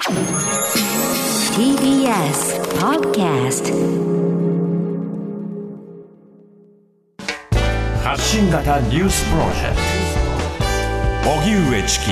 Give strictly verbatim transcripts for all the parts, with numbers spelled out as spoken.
ティービーエス Podcast 発信型ニュースプロジェクト荻上チキ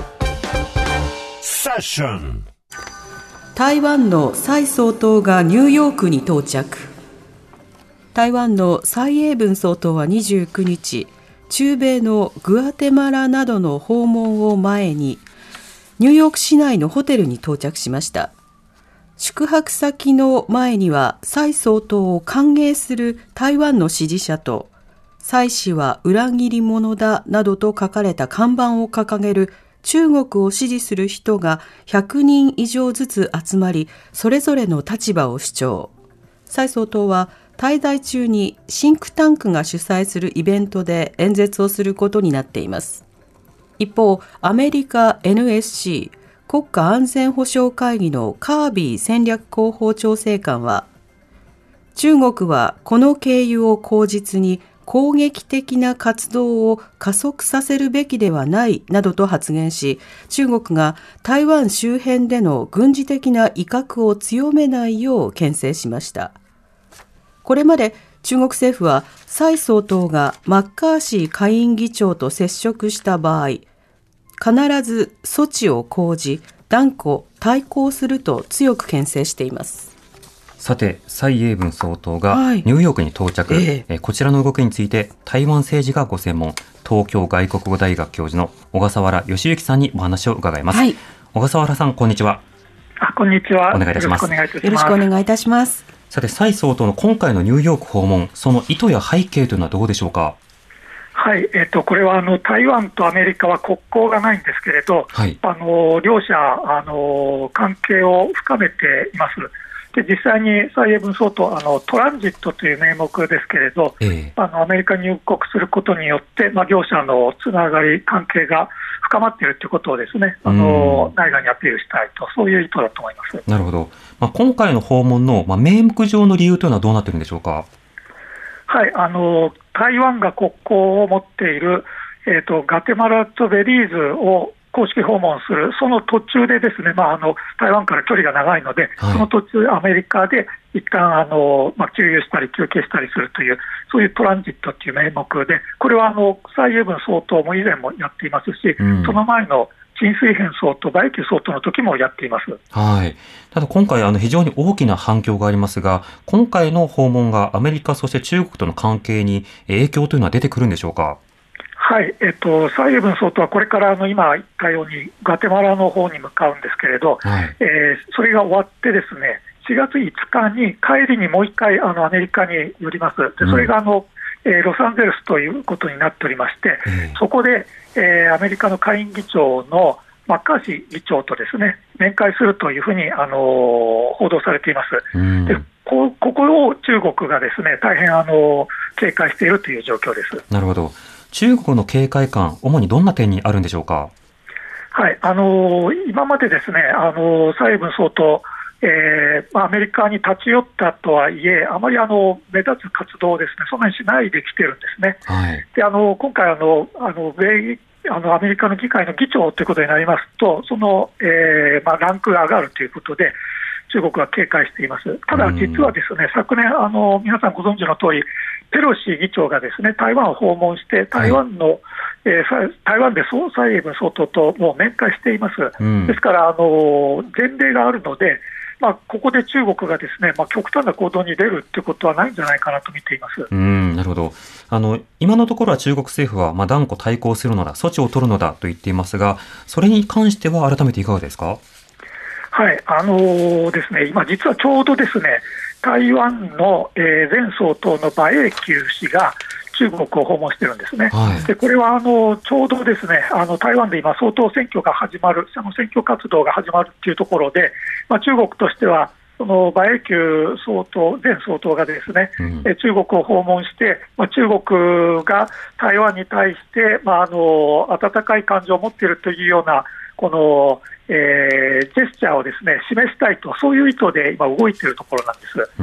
セッション。 台湾の蔡総統がニューヨークに到着。台湾の蔡英文総統はにじゅうくにち、中米のグアテマラなどの訪問を前にニューヨーク市内のホテルに到着しました。宿泊先の前には蔡総統を歓迎する台湾の支持者と、蔡氏は裏切り者だなどと書かれた看板を掲げる中国を支持する人がひゃくにん以上ずつ集まり、それぞれの立場を主張。蔡総統は滞在中にシンクタンクが主催するイベントで演説をすることになっています。一方、アメリカ エヌエスシー 国家安全保障会議のカービー戦略広報調整官は、中国はこの経由を口実に攻撃的な活動を加速させるべきではないなどと発言し、中国が台湾周辺での軍事的な威嚇を強めないよう牽制しました。これまで中国政府は蔡総統がマッカーシー下院議長と接触した場合、必ず措置を講じ、断固対抗すると強く牽制しています。 さて、蔡英文総統がニューヨークに到着、はいええ、こちらの動きについて台湾政治がご専門、東京外国語大学教授の小笠原義之さんにお話を伺います、はい、小笠原さん、こんにちは。 あ、こんにちは。 お願いいたします。 よろしくお願いいたします。 さて、蔡総統の今回のニューヨーク訪問、その意図や背景というのはどうでしょうか。 はい、えー、とこれはあの台湾とアメリカは国交がないんですけれど、はい、あの両者あの関係を深めています。で実際に蔡英文総統あのトランジットという名目ですけれど、えー、あのアメリカに入国することによって、まあ、両者のつながり関係が深まっているということをですね、あの内外にアピールしたいと、そういう意図だと思います。 なるほど。まあ、今回の訪問の、まあ、名目上の理由というのはどうなっているんでしょうか。 はい、あの台湾が国交を持っている、えー、とガテマラとベリーズを公式訪問するその途中でですね、まあ、あの台湾から距離が長いので、はい、その途中アメリカで一旦あの、まあ、給油したり休憩したりするという、そういうトランジットという名目で、これはあの蔡英文総統も以前もやっていますし、うん、その前の陳水扁総統、馬英九総統の時もやっています。 はい。ただ今回あの非常に大きな反響がありますが、今回の訪問がアメリカそして中国との関係に影響というのは出てくるんでしょうか。 はい、えっと、蔡英文総統はこれからあの今言ったようにガテマラの方に向かうんですけれど、はい、えー、それが終わってですね、しがついつかに帰りにもう一回あのアメリカに寄ります。でそれがあの、うん、えー、ロサンゼルスということになっておりまして、えー、そこで、えー、アメリカの下院議長のマッカーシー議長とですね面会するというふうに、あのー、報道されています。うん、で こ, ここを中国がですね大変、あのー、警戒しているという状況です。 なるほど。中国の警戒感、主にどんな点にあるんでしょうか。 はい、あのー、今までですね、あのー、蔡英文総統、えーまあ、アメリカに立ち寄ったとはいえ、あまりあの目立つ活動をですねそんなにしないできてるんですね。はい、であの今回あのあの米あのアメリカの議会の議長ということになりますと、その、えーまあ、ランクが上がるということで中国は警戒しています。ただ実はですね、昨年あの皆さんご存知の通り、ペロシ議長がですね台湾を訪問して台湾の、はい、えー、台湾で蔡英文総統ともう面会しています。うん、ですからあの前例があるので、まあ、ここで中国がですね、まあ、極端な行動に出るということはないんじゃないかなと見ています。 うん、なるほど。あの今のところは中国政府は、まあ、断固対抗するのだ、措置を取るのだと言っていますが、それに関しては改めていかがですか。 はい、あのー、ですね、今実はちょうどですね台湾の、えー、前総統の馬英九氏が中国を訪問しているんですね。はい、でこれはあのちょうどですねあの台湾で今総統選挙が始まる、その選挙活動が始まるというところで、まあ、中国としてはその馬英九総統前総統がですね、うん、中国を訪問して、まあ、中国が台湾に対して、まあ、あの温かい感情を持っているというようなこの、えー、ジェスチャーをですね示したいと、そういう意図で今動いているところなんです。うん、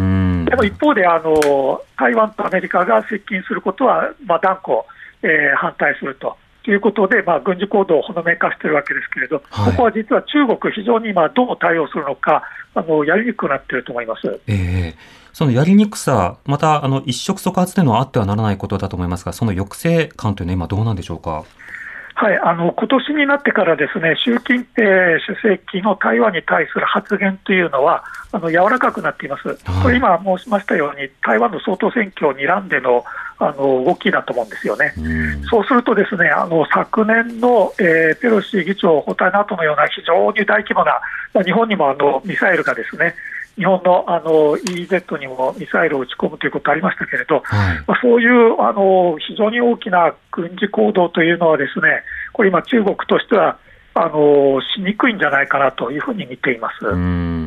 でも一方であの台湾とアメリカが接近することは、まあ、断固、えー、反対すると、 ということで、まあ、軍事行動をほのめかしているわけですけれど、はい、ここは実は中国、非常に今どう対応するのか、あのやりにくくなっていると思います。 えー、そのやりにくさ、またあの一触即発でのあってはならないことだと思いますが、その抑制感というのは今どうなんでしょうか。 はい、あの今年になってからですね、習近平主席の台湾に対する発言というのはあの柔らかくなっています。これ今申しましたように、台湾の総統選挙を睨んでのあの動きだと思うんですよね。うん、そうするとですね、あの昨年の、えー、ペロシ議長訪台の後のような非常に大規模な、まあ、日本にもあのミサイルがですね、日本の, あの イーイーゼット にもミサイルを撃ち込むということがありましたけれど、はい、まあ、そういうあの非常に大きな軍事行動というのはですね、これ今中国としてはあのしにくいんじゃないかなというふうに見ています。 うん、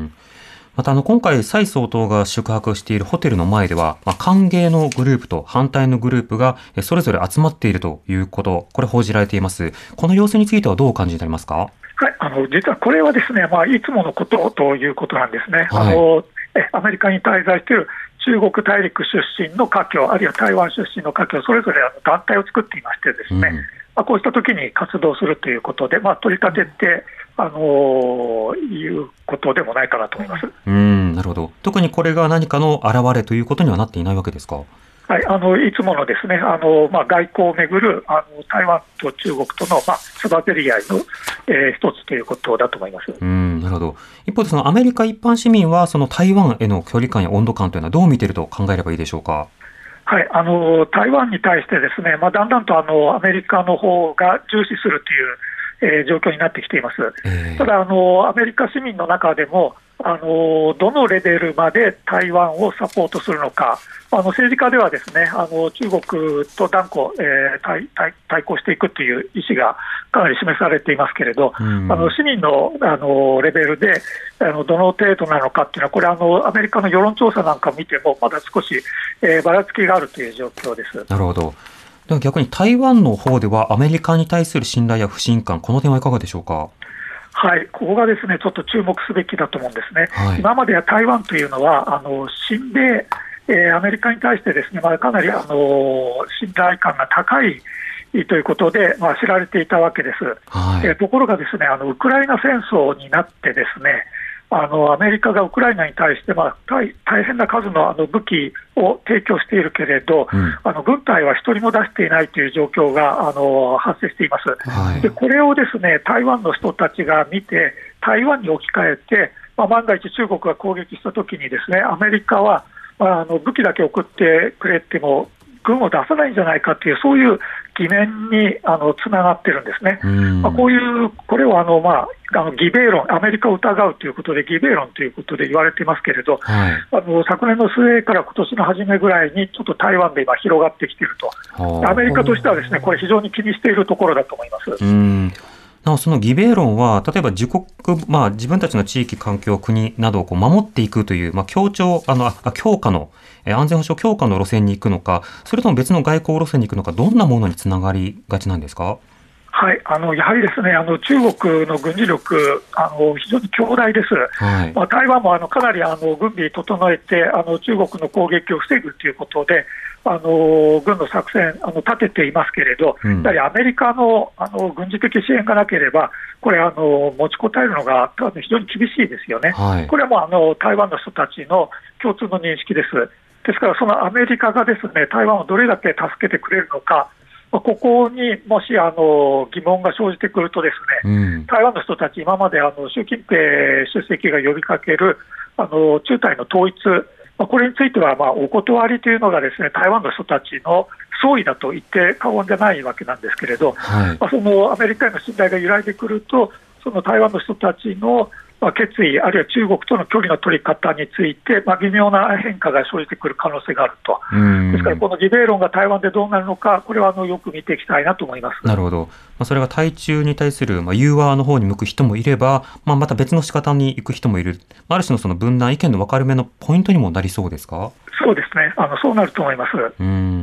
またあの今回蔡総統が宿泊しているホテルの前では、まあ、歓迎のグループと反対のグループがそれぞれ集まっているということ、これ報じられています。この様子についてはどうお感じになりますか。 はい、あの実はこれはですね、まあ、いつものことということなんですね。はい、あのえアメリカに滞在している中国大陸出身の華僑、あるいは台湾出身の華僑、それぞれあの団体を作っていましてですね、うん、まあ、こうしたときに活動するということで、まあ、取り立てて、あのー、いうことでもないかなと思います。 うん、なるほど。特にこれが何かの表れということにはなっていないわけですか。 はい、あのいつものですね、あの、まあ、外交をめぐるあの台湾と中国との、まあ、育てり合いの、えー、一つということだと思います。 うん、なるほど。一方でそのアメリカ一般市民はその台湾への距離感や温度感というのはどう見ていると考えればいいでしょうか。 はい、あの台湾に対してですね、まあ、だんだんとあのアメリカの方が重視するという、えー、状況になってきています。えー、ただあのアメリカ市民の中でもあのどのレベルまで台湾をサポートするのか、あの政治家ではですね、あの中国と断固、えー、対, 対, 対抗していくという意思がかなり示されていますけれど、うん、あの市民 の, あのレベルであのどの程度なのかというのは、これあのアメリカの世論調査なんかを見てもまだ少し、えー、ばらつきがあるという状況です。 なるほど。では逆に台湾の方ではアメリカに対する信頼や不信感、この点はいかがでしょうか。 はい、ここがですね、ちょっと注目すべきだと思うんですね。はい、今までは台湾というのはあの親米、えー、アメリカに対してですね、まあ、かなりあの信頼感が高いということで、まあ、知られていたわけです。はい、えー、ところがですね、あのウクライナ戦争になってですね、あのアメリカがウクライナに対して、まあ、大, 大変な数 の, あの武器を提供しているけれど、うん、あの軍隊は一人も出していないという状況があの発生しています。はい、でこれをですね、台湾の人たちが見て台湾に置き換えて、まあ、万が一中国が攻撃したときにですね、アメリカは、まあ、あの武器だけ送ってくれても軍を出さないんじゃないかという、そういう疑念にあのつながってるんですね。まあ、こういうこれをあの、まあ、あの義米論、アメリカを疑うということで義米論ということで言われていますけれど、はい、あの昨年の末から今年の初めぐらいにちょっと台湾で今広がってきていると、アメリカとしてはですね、これ非常に気にしているところだと思います。 うん、なおその義米論は例えば自国、まあ、自分たちの地域環境国などをこう守っていくという、まあ、協調あのあ強化の安全保障強化の路線に行くのか、それとも別の外交路線に行くのか、どんなものにつながりがちなんですか。 はい、あのやはりですね、あの中国の軍事力、あの非常に強大です。はい、まあ、台湾もあのかなりあの軍備整えて、あの中国の攻撃を防ぐということで、あの軍の作戦あの立てていますけれど、うん、やはりアメリカ の, あの軍事的支援がなければ、これあの持ちこたえるのが非常に厳しいですよね。はい、これはもうあの台湾の人たちの共通の認識です。ですから、そのアメリカがですね、台湾をどれだけ助けてくれるのか、ここにもしあの疑問が生じてくるとですね、うん、台湾の人たち、今まであの習近平主席が呼びかけるあの中台の統一、これについてはまあお断りというのがですね、台湾の人たちの総意だと言って過言じゃないわけなんですけれど、はい、まあ、そのアメリカへの信頼が揺らいでくると、その台湾の人たちのまあ、決意、あるいは中国との距離の取り方について、まあ、微妙な変化が生じてくる可能性があると。ですから、この義米論が台湾でどうなるのか、これはあのよく見ていきたいなと思います。 なるほど。まあ、それが対中に対する、まあ、融和の方に向く人もいれば、まあ、また別の仕方に行く人もいる、ある種のその分断、意見の分かれ目のポイントにもなりそうですか。 そうですね、あのそうなると思います。 うん、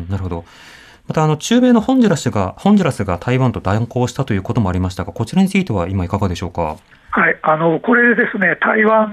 なるほど。またあの中米のホンジュラスがホンジュラスが台湾と断交したということもありましたが、こちらについては今いかがでしょうか。 はい、あのこれですね、台湾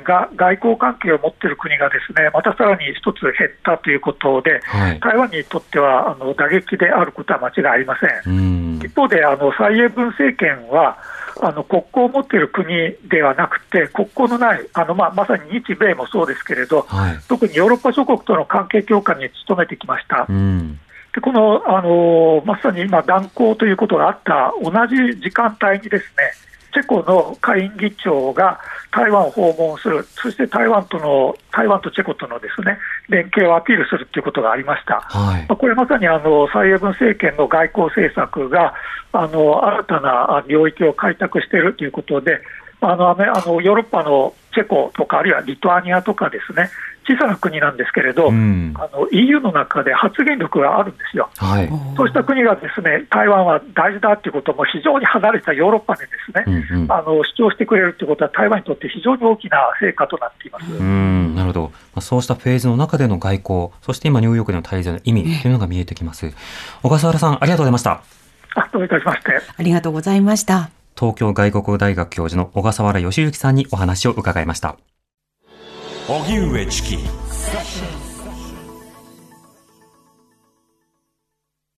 が外交関係を持っている国がですねまたさらに一つ減ったということで、はい、台湾にとってはあの打撃であることは間違いありません。うん一方であの蔡英文政権はあの国交を持っている国ではなくて国交のないあの、まあ、まさに日米もそうですけれど、はい、特にヨーロッパ諸国との関係強化に努めてきました。うんでこの、あのまさに今断交ということがあった同じ時間帯にですねチェコの下院議長が台湾を訪問する、そして台湾との台湾とチェコとのですね連携をアピールするということがありました。はい、これまさにあの蔡英文政権の外交政策があの新たな領域を開拓しているということで、あのあのヨーロッパのチェコとかあるいはリトアニアとかですね小さな国なんですけれど、うん、あの イーユー の中で発言力があるんですよ。はい、そうした国がですね台湾は大事だということも非常に離れたヨーロッパでですね、うんうん、あの主張してくれるということは台湾にとって非常に大きな成果となっています。 うんなるほど、まあ、そうしたフェーズの中での外交、そして今ニューヨークでの滞在の意味というのが見えてきます。小笠原さんありがとうございました。 あどういたしまして。 ありがとうございました。 東京外国語大学教授の小笠原義之さんにお話を伺いました。 荻上チキ